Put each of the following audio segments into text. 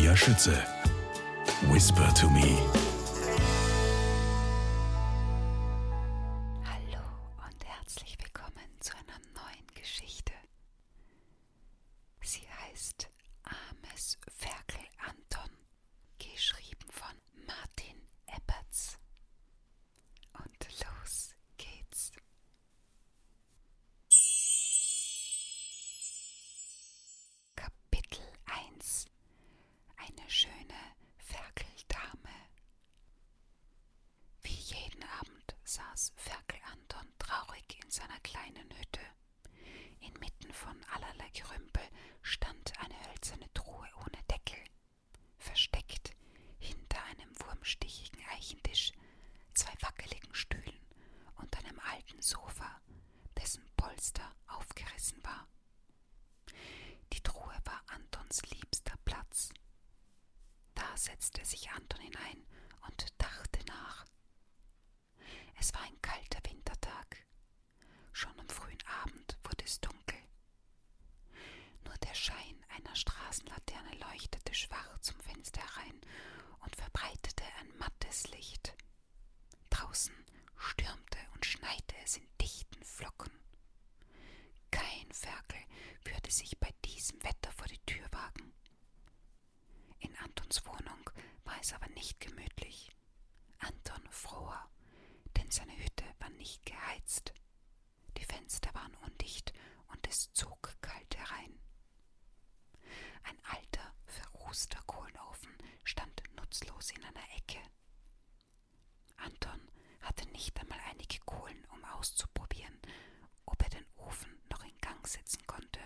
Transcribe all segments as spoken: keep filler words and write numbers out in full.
Maria Schütze. Whisper to Me. Hallo und herzlich willkommen zu einer neuen Geschichte. Sie heißt Armes Ferkel Anton, geschrieben von Martin Eppertz. Und los geht's. Kapitel eins. Eine schöne Ferkeldame. Wie jeden Abend saß Ferkel Anton traurig in seiner kleinen Hütte. Inmitten von allerlei Gerümpel stand eine hölzerne Truhe ohne Deckel. Versteckt hinter einem wurmstichigen Eichentisch, zwei wackeligen Stühlen und einem alten Sofa, dessen Polster aufgerissen war. Die Truhe war Antons liebster Platz. Da setzte sich Anton hinein und dachte nach. Es war ein kalter Wintertag. Schon am frühen Abend wurde es dunkel. Nur der Schein einer Straßenlaterne leuchtete schwach zum Fenster herein und verbreitete ein mattes Licht. Draußen stürmte und schneite es in dichten Flocken. Kein Ferkel würde sich bei diesem Wetter vor die Tür wagen. In Antons Wohnung war es aber nicht gemütlich. Anton fror, denn seine Hütte war nicht geheizt. Die Fenster waren undicht und es zog kalt herein. Ein alter, verrußter Kohlenofen stand nutzlos in einer Ecke. Anton hatte nicht einmal einige Kohlen, um auszuprobieren, ob er den Ofen noch in Gang setzen konnte.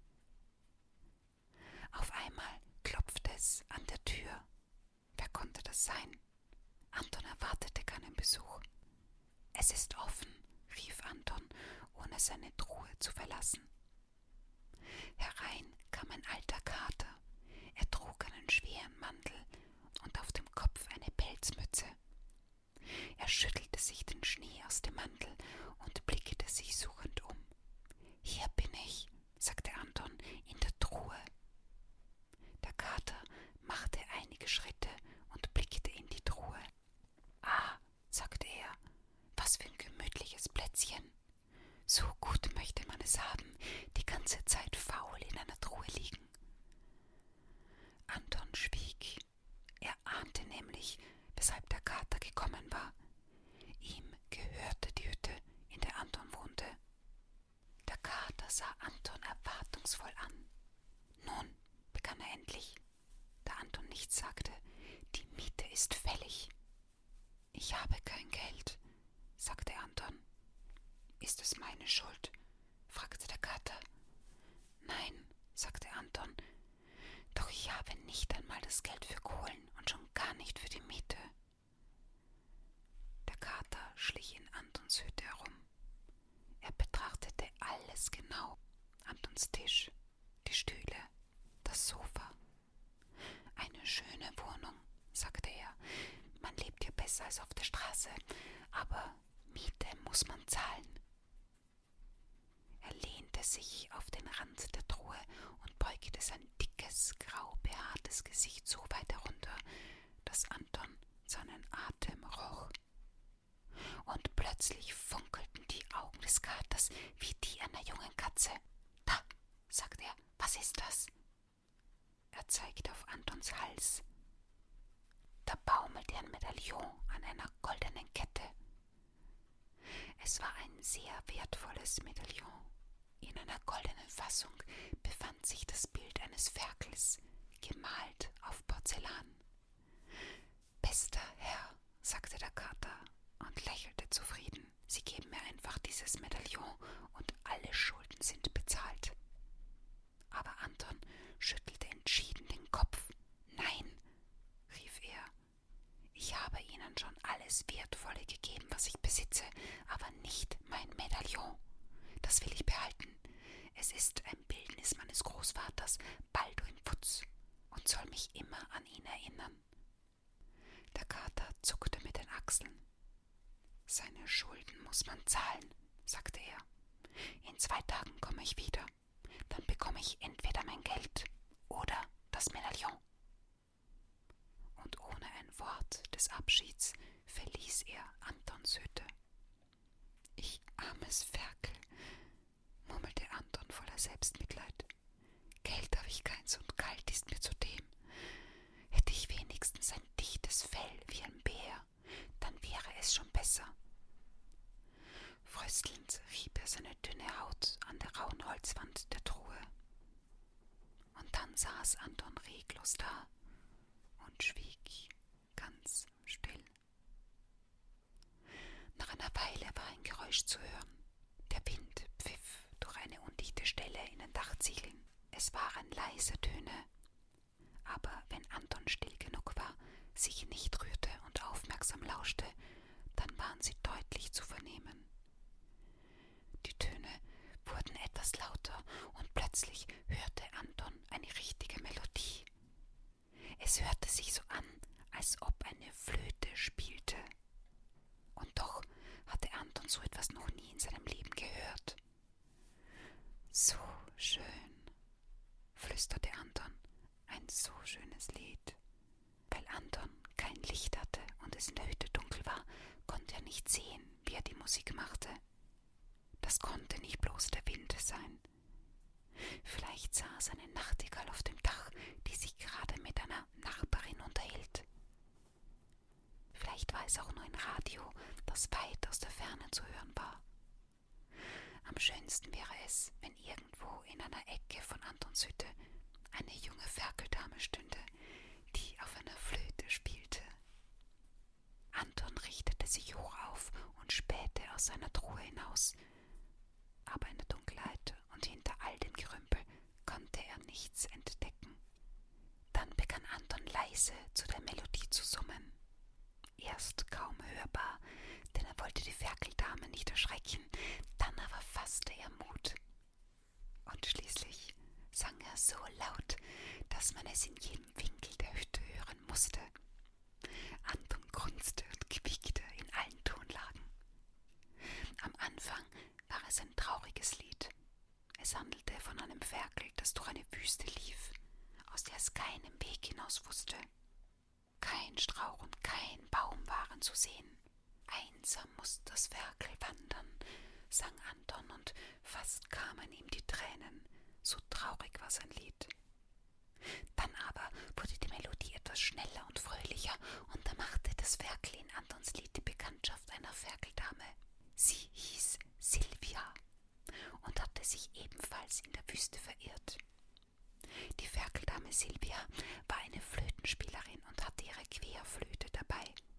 Auf einmal klopfte es an der Tür. Wer konnte das sein? Anton erwartete keinen Besuch. »Es ist offen«, rief Anton, ohne seine Truhe zu verlassen. Herein kam ein alter Kater. Er trug einen schweren Mantel und auf dem Kopf eine Pelzmütze. Er schüttelte sich den Schnee aus dem Mantel und blickte sich suchend um. »Hier bin ich«, sagte Anton, »in der Truhe.« Der Kater machte einige Schritte und blickte in die Truhe. »Ah«, sagte er, »was für ein gemütliches Plätzchen. So gut möchte man es haben, die ganze Zeit faul in einer Truhe liegen.« Anton schwieg. Er ahnte nämlich, weshalb der Kater gekommen war. Ihm gehörte die Hütte, in der Anton wohnte. Der Kater sah Anton erwartungsvoll an. »Nun«, begann er endlich, da Anton nichts sagte, »die Miete ist fällig.« »Ich habe kein Geld«, sagte Anton. »Ist es meine Schuld?«, fragte der Kater. »Nein«, sagte Anton, »doch ich habe nicht einmal das Geld für Kohlen und schon gar nicht für die Miete.« Der Kater schlich in Antons Hütte herum. Er betrachtete alles genau. Antons Tisch, die Stühle, das Sofa. »Eine schöne Wohnung«, sagte er. »Man lebt hier besser als auf der Straße, aber Miete muss man zahlen.« Er lehnte sich auf den Rand der Truhe und beugte sein dickes, grau behaartes Gesicht so weit herunter, dass Anton seinen Atem roch. Und plötzlich funkelten die Augen des Katers wie die einer jungen Katze. »Da«, sagte er, »was ist das?« Er zeigte auf Antons Hals. Da baumelte ein Medaillon an einer goldenen Kette. Es war ein sehr wertvolles Medaillon. In einer goldenen Fassung befand sich das Bild eines Ferkels, gemalt auf Porzellan. »Bester Herr«, sagte der Kater und lächelte zufrieden, »Sie geben mir einfach dieses Medaillon und alle Schulden sind bezahlt.« Aber Anton schüttelte entschieden den Kopf. »Nein«, rief er, »ich habe Ihnen schon alles Wertvolle gegeben, was ich besitze, aber nicht mein Medaillon. Das will ich behalten. Es ist ein Bildnis meines Großvaters, Balduin Putz, und soll mich immer an ihn erinnern.« Der Kater zuckte mit den Achseln. »Seine Schulden muss man zahlen«, sagte er. »In zwei Tagen komme ich wieder. Dann bekomme ich entweder mein Geld oder das Medaillon.« des Abschieds verließ er Antons Hütte. »Ich armes Ferkel«, murmelte Anton voller Selbstmitleid. »Geld habe ich keins und kalt ist mir zudem. Hätte ich wenigstens ein dichtes Fell wie ein Bär, dann wäre es schon besser.« Fröstelnd rieb er seine dünne Haut an der rauen Holzwand der Truhe. Und dann saß Anton reglos da und schwieg ganz still. Nach einer Weile war ein Geräusch zu hören. Der Wind pfiff durch eine undichte Stelle in den Dachziegeln. Es waren leise Töne, aber wenn Anton still genug war, sich nicht rührte und aufmerksam lauschte, dann waren sie deutlich zu vernehmen. Die Töne wurden etwas lauter und plötzlich hörte Anton eine richtige Melodie. Es hörte sich so an, als ob eine Flöte spielte. Und doch hatte Anton so etwas noch nie in seinem Leben gehört. »So schön«, flüsterte Anton, »ein so schönes Lied.« Weil Anton kein Licht hatte und es in der Hütte dunkel war, konnte er nicht sehen, wie er die Musik machte. Das konnte nicht bloß der Wind sein. Vielleicht saß eine Nachtigall auf dem Dach, die sich gerade mit einer Nachbarin unterhielt. Vielleicht war es auch nur ein Radio, das weit aus der Ferne zu hören war. Am schönsten wäre es, wenn irgendwo in einer Ecke von Antons Hütte eine junge Ferkeldame stünde, die auf einer Flöte spielte. Anton richtete sich hoch auf und spähte aus seiner Truhe hinaus. Aber in der Dunkelheit und hinter all dem Gerümpel konnte er nichts entdecken. Dann begann Anton leise zu der Melodie zu summen. Erst kaum hörbar, denn er wollte die Ferkeldame nicht erschrecken, dann aber fasste er Mut. Und schließlich sang er so laut, dass man es in jedem Winkel der Hütte hören musste. Anton grunzte und quiekte in allen Tonlagen. Am Anfang war es ein trauriges Lied. Es handelte von einem Ferkel, das durch eine Wüste lief, aus der es keinen Weg hinaus wusste. Kein Strauch und kein Baum waren zu sehen. »Einsam muß das Ferkel wandern«, sang Anton, und fast kamen ihm die Tränen, so traurig war sein Lied. Dann aber wurde die Melodie etwas schneller und fröhlicher, und da machte das Ferkel in Antons Lied die Bekanntschaft einer Ferkeldame. Sie hieß Silvia und hatte sich ebenfalls in der Wüste verirrt. Die Ferkeldame Silvia war eine Flötenspielerin und hatte ihre Querflöte dabei.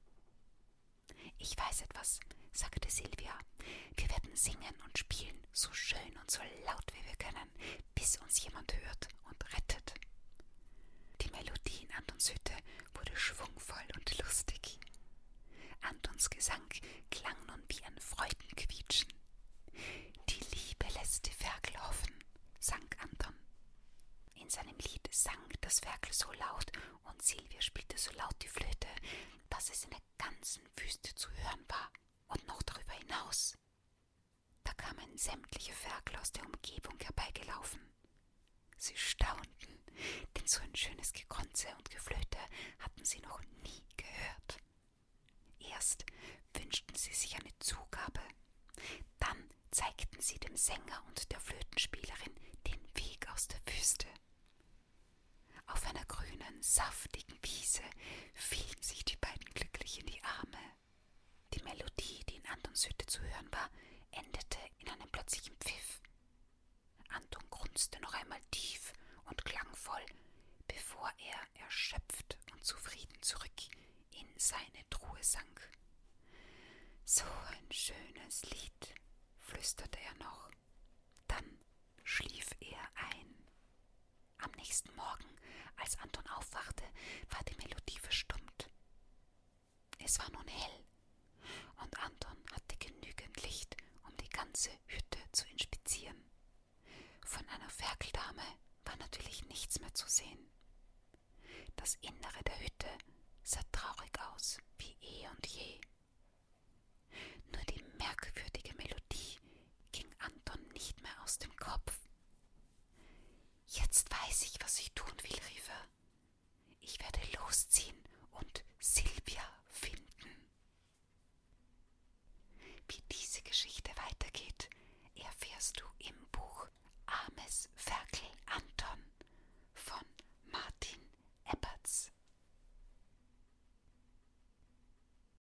»Ich weiß etwas«, sagte Silvia. »Wir werden singen und spielen, so schön und so laut wie wir können, bis uns jemand hört und rettet.« Die Melodie in Antons Hütte wurde schwungvoll und lustig. Antons Gesang klang nun wie ein Freudenquietschen. »Die Liebe lässt die Ferkel hoffen«, sang Anton. In seinem Lied sang das Ferkel so laut und Silvia spielte so laut die Flöte, dass es in der ganzen Wüste zu hören war und noch darüber hinaus. Da kamen sämtliche Ferkel aus der Umgebung herbeigelaufen. Sie staunten, denn so ein schönes Gegrunze und Geflöte hatten sie noch nie gehört. Erst wünschten sie sich eine Zugabe, dann zeigten sie dem Sänger und der Flötenspielerin den Weg aus der Wüste. Auf einer grünen, saftigen Wiese fielen sich die beiden glücklich in die Arme. Die Melodie, die in Antons Hütte zu hören war, endete in einem plötzlichen Pfiff. Anton grunzte noch einmal tief und klangvoll, bevor er erschöpft und zufrieden zurück in seine Truhe sank. »So ein schönes Lied«, flüsterte er noch. Dann schlief er ein. Am nächsten Morgen, als Anton aufwachte, war die Melodie verstummt. Es war nun hell, und Anton hatte genügend Licht, um die ganze Hütte zu inspizieren. Von einer Ferkeldame war natürlich nichts mehr zu sehen. Das Innere der Hütte sah traurig aus, wie eh und je. Nur die merkwürdige Melodie ging Anton nicht mehr aus dem Kopf. »Jetzt weiß ich, was ich tun will«, rief